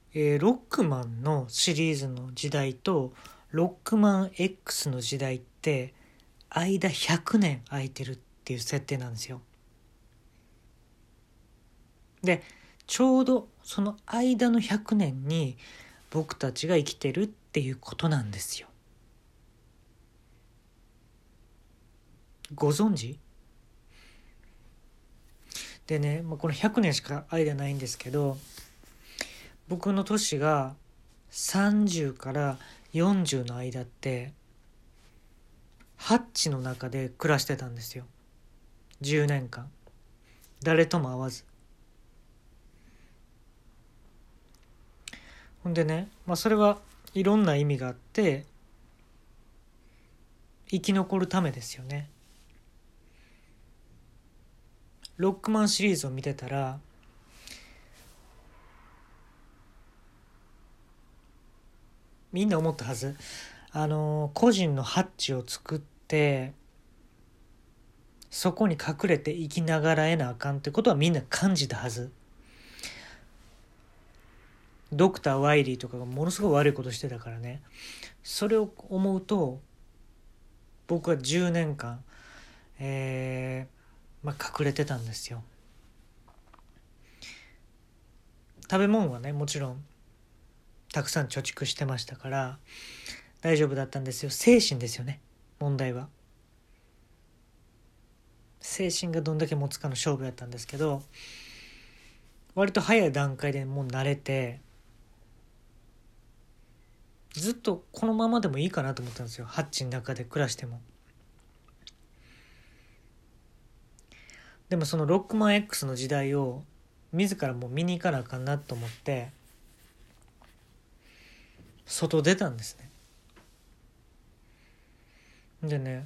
ロックマンのシリーズの時代とロックマン X の時代って間100年空いてるっていう設定なんですよ。でちょうどその間の100年に僕たちが生きてるっていうことなんですよ。ご存知でね、この100年しか間ないんですけど、僕の年が30から40の間ってハッチの中で暮らしてたんですよ。10年間誰とも会わず。ほんでね、それはいろんな意味があって生き残るためですよね。ロックマンシリーズを見てたらみんな思ったはず。個人のハッチを作ってそこに隠れて生きながらえなあかんってことはみんな感じたはず。ドクター・ワイリーとかがものすごい悪いことしてたからね。それを思うと僕は10年間、隠れてたんですよ。食べ物はねもちろんたくさん貯蓄してましたから大丈夫だったんですよ。精神ですよね、問題は。精神がどんだけ持つかの勝負やったんですけど、割と早い段階でもう慣れてずっとこのままでもいいかなと思ったんですよ。ハッチの中で暮らしても。でもそのロックマン X の時代を自らもう見に行かなあかんなと思って外出たんですね。でね、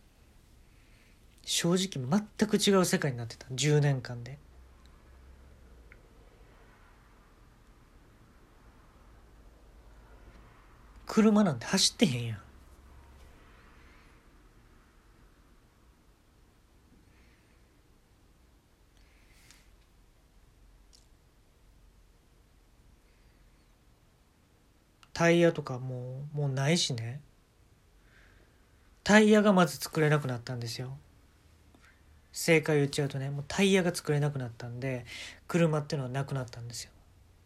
正直全く違う世界になってた。10年間で車なんて走ってへんやん。タイヤとかもうないしね。タイヤがまず作れなくなったんですよ。正解を言っちゃうとね、もうタイヤが作れなくなったんで車っていうのはなくなったんですよ。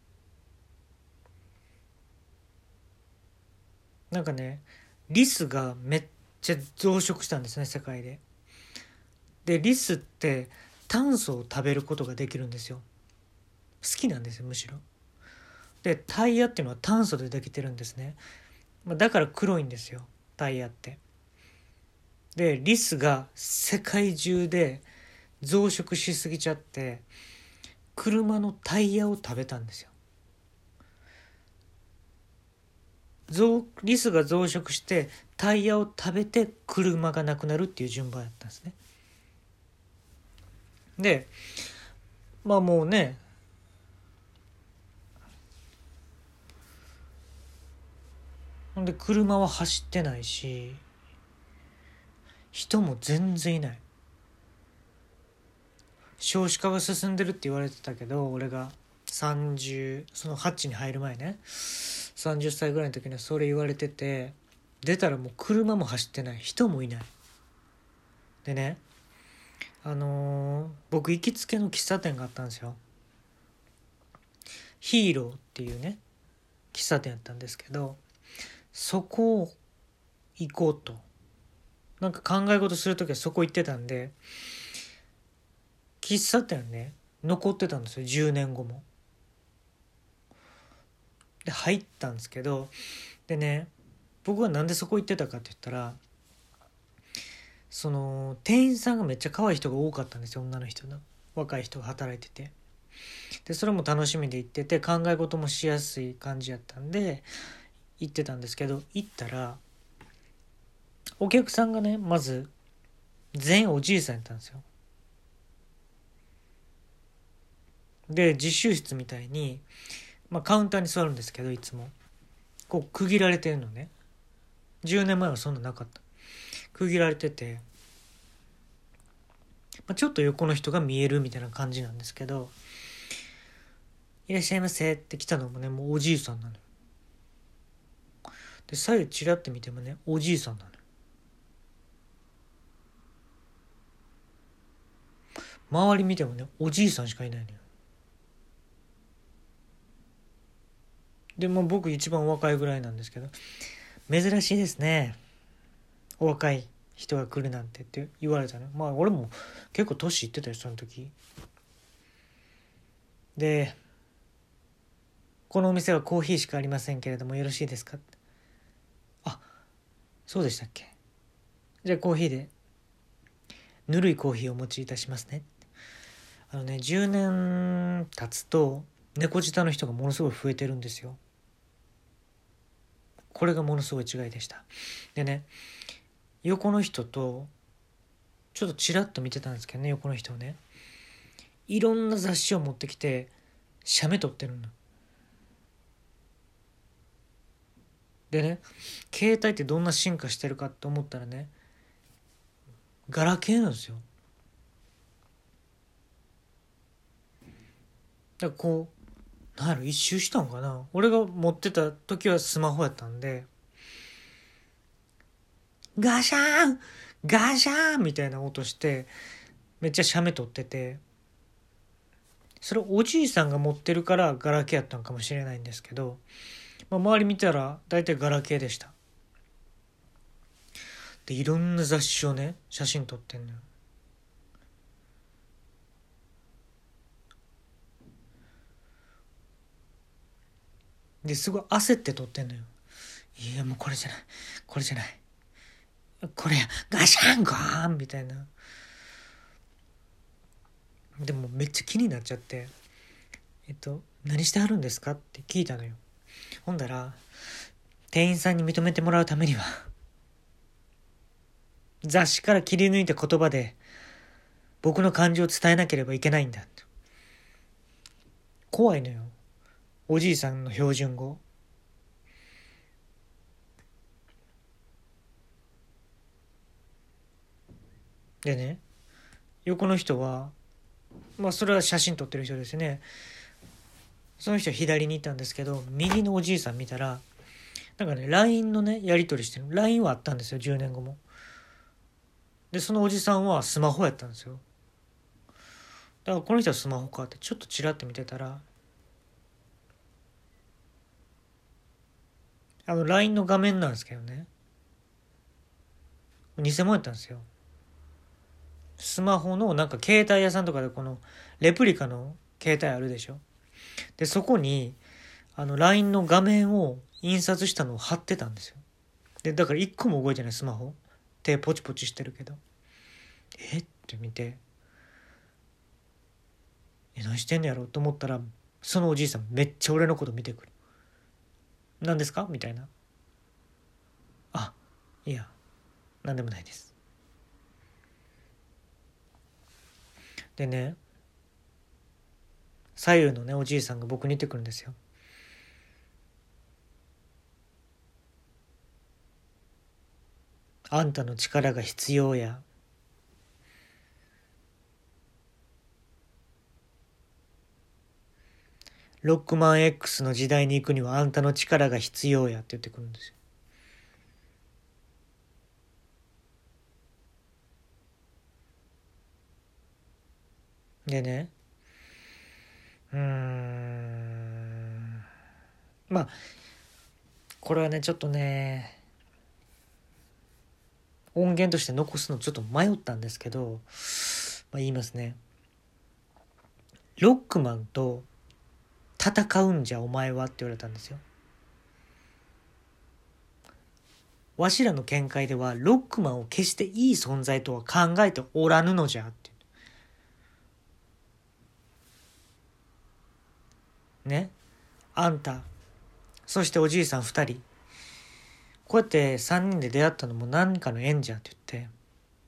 なんかね、リスがめっちゃ増殖したんですね、世界で。でリスって炭素を食べることができるんですよ。好きなんですよ、むしろ。でタイヤっていうのは炭素でできてるんですね。だから黒いんですよ、タイヤって。でリスが世界中で増殖しすぎちゃって車のタイヤを食べたんですよ。リスが増殖してタイヤを食べて車がなくなるっていう順番だったんですね。でもうね、ほんで車は走ってないし人も全然いない。少子化が進んでるって言われてたけど、俺が30そのハッチに入る前ね、30歳ぐらいの時にはそれ言われてて、出たらもう車も走ってない、人もいない。でね、僕行きつけの喫茶店があったんですよ。ヒーローっていうね喫茶店やったんですけど、そこを行こうとなんか考え事する時はそこ行ってたんで、喫茶店ね残ってたんですよ、10年後も。で入ったんですけど、でね、僕はなんでそこ行ってたかって言ったら、その店員さんがめっちゃ可愛い人が多かったんですよ、女の人の。若い人が働いてて、でそれも楽しみで行ってて考え事もしやすい感じやったんで行ってたんですけど、行ったらお客さんがねまず全員おじいさんやったんですよ。で自習室みたいに、カウンターに座るんですけど、いつもこう区切られてるのね。10年前はそんななかった。区切られてて、ちょっと横の人が見えるみたいな感じなんですけど、 いらっしゃいませって来たのもね、もうおじいさんなのよ。で、左右ちらって見てもね、おじいさんなのよ。周り見てもね、おじいさんしかいないのよ。で、もう僕一番若いぐらいなんですけど、珍しいですね。お若い人が来るなんてって言われたの。まあ俺も結構年いってたよ、その時。で、このお店はコーヒーしかありませんけれどもよろしいですか？あ、そうでしたっけ？じゃあコーヒーで、ぬるいコーヒーをお持ちいたしますね。10年経つと猫舌の人がものすごい増えてるんですよ。これがものすごい違いでした。でね、横の人とちょっとチラッと見てたんですけどね、横の人をね、いろんな雑誌を持ってきて写メ撮ってるのでね、携帯ってどんな進化してるかって思ったらね、ガラケーなんですよ。だからこう、なんやろ、一周したんかな。俺が持ってた時はスマホやったんで、ガシャーンガシャーンみたいな音してめっちゃ写メ撮ってて、それおじいさんが持ってるからガラケーやったんかもしれないんですけど、周り見たら大体ガラケーでした。で、いろんな雑誌をね、写真撮ってんのよ。ですごい焦って撮ってんのよ。いやもうこれじゃない、これじゃない、これや、ガシャンガーンみたいな。でもめっちゃ気になっちゃって、何してはるんですかって聞いたのよ。ほんだら、店員さんに認めてもらうためには、雑誌から切り抜いた言葉で僕の感情を伝えなければいけないんだ。怖いのよ。おじいさんの標準語。でね、横の人は、それは写真撮ってる人ですね。その人は左にいたんですけど、右のおじいさん見たら、なんかね、LINE のね、やり取りしてる。LINE はあったんですよ、10年後も。で、そのおじさんはスマホやったんですよ。だからこの人はスマホかってちょっとチラッと見てたら、LINE の画面なんですけどね、偽物やったんですよ。スマホのなんか携帯屋さんとかでこのレプリカの携帯あるでしょ。で、そこにLINE の画面を印刷したのを貼ってたんですよ。で、だから一個も動いてないスマホ。手ポチポチしてるけど。って見て、何してんのやろうと思ったら、そのおじいさんめっちゃ俺のこと見てくる。何ですかみたいな。あ、いや、何でもないです。でね、左右のね、おじいさんが僕に言ってくるんですよ。あんたの力が必要や。ロックマン X の時代に行くにはあんたの力が必要やって言ってくるんですよ。でね、うーん、これはね、ちょっとね、音源として残すのちょっと迷ったんですけど、言いますね。ロックマンと戦うんじゃお前はって言われたんですよ。わしらの見解ではロックマンを決していい存在とは考えておらぬのじゃってね。あんた、そしておじいさん2人、こうやって3人で出会ったのも何かの縁じゃって言って、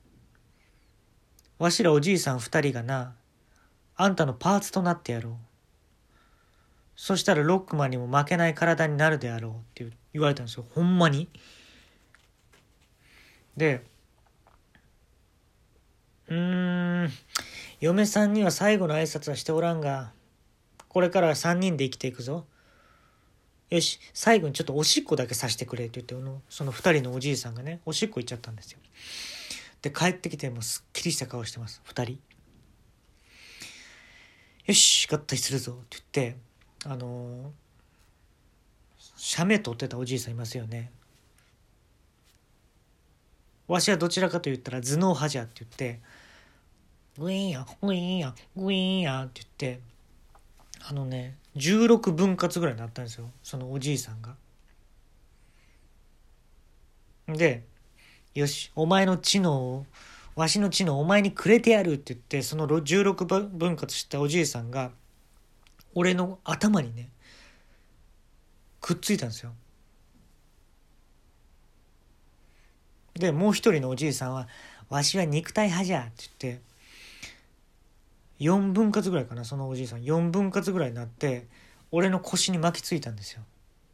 わしらおじいさん2人がな、あんたのパーツとなってやろう。そしたらロックマンにも負けない体になるであろうって言われたんですよ。ほんまに。で、嫁さんには最後の挨拶はしておらんが、 これから3人で生きていくぞ。よし、最後にちょっとおしっこだけさせてくれって言って、その2人のおじいさんがね、おしっこ行っちゃったんですよ。で、帰ってきてもうすっきりした顔してます、2人。よし、合体するぞって言って、写メ撮ってたおじいさんいますよね。わしはどちらかと言ったら頭脳派じゃって言って、グイーンや、グイーンや、グイーンやって言って、16分割ぐらいになったんですよ、そのおじいさんが。で、よし、お前の知能を、わしの知能をお前にくれてやるって言って、その16分割したおじいさんが、俺の頭にね、くっついたんですよ。で、もう一人のおじいさんは、わしは肉体派じゃって言って、4分割ぐらいかな、そのおじいさん。4分割ぐらいになって、俺の腰に巻きついたんですよ。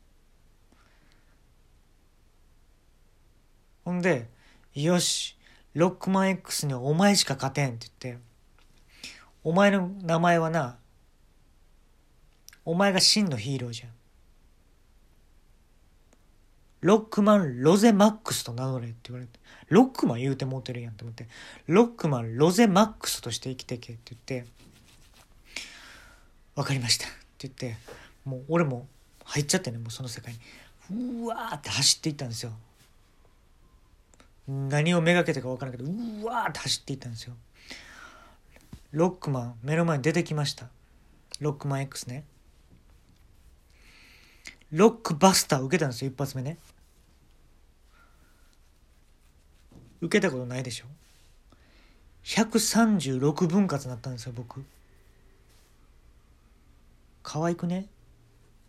ほんで、よし、ロックマン X にはお前しか勝てんって言って、お前の名前はな、お前が真のヒーローじゃん。ロックマンロゼマックスと名乗れって言われて、ロックマン言うてもうてるやんと思って、ロックマンロゼマックスとして生きてけって言って、わかりましたって言って、もう俺も入っちゃってね、もうその世界に。うわーって走っていったんですよ。何をめがけてか分からんけど、うわーって走っていったんですよ。ロックマン目の前に出てきました。ロックマン X ね。ロックバスター受けたんですよ、一発目ね。受けたことないでしょ。136分割になったんですよ、僕。可愛くね。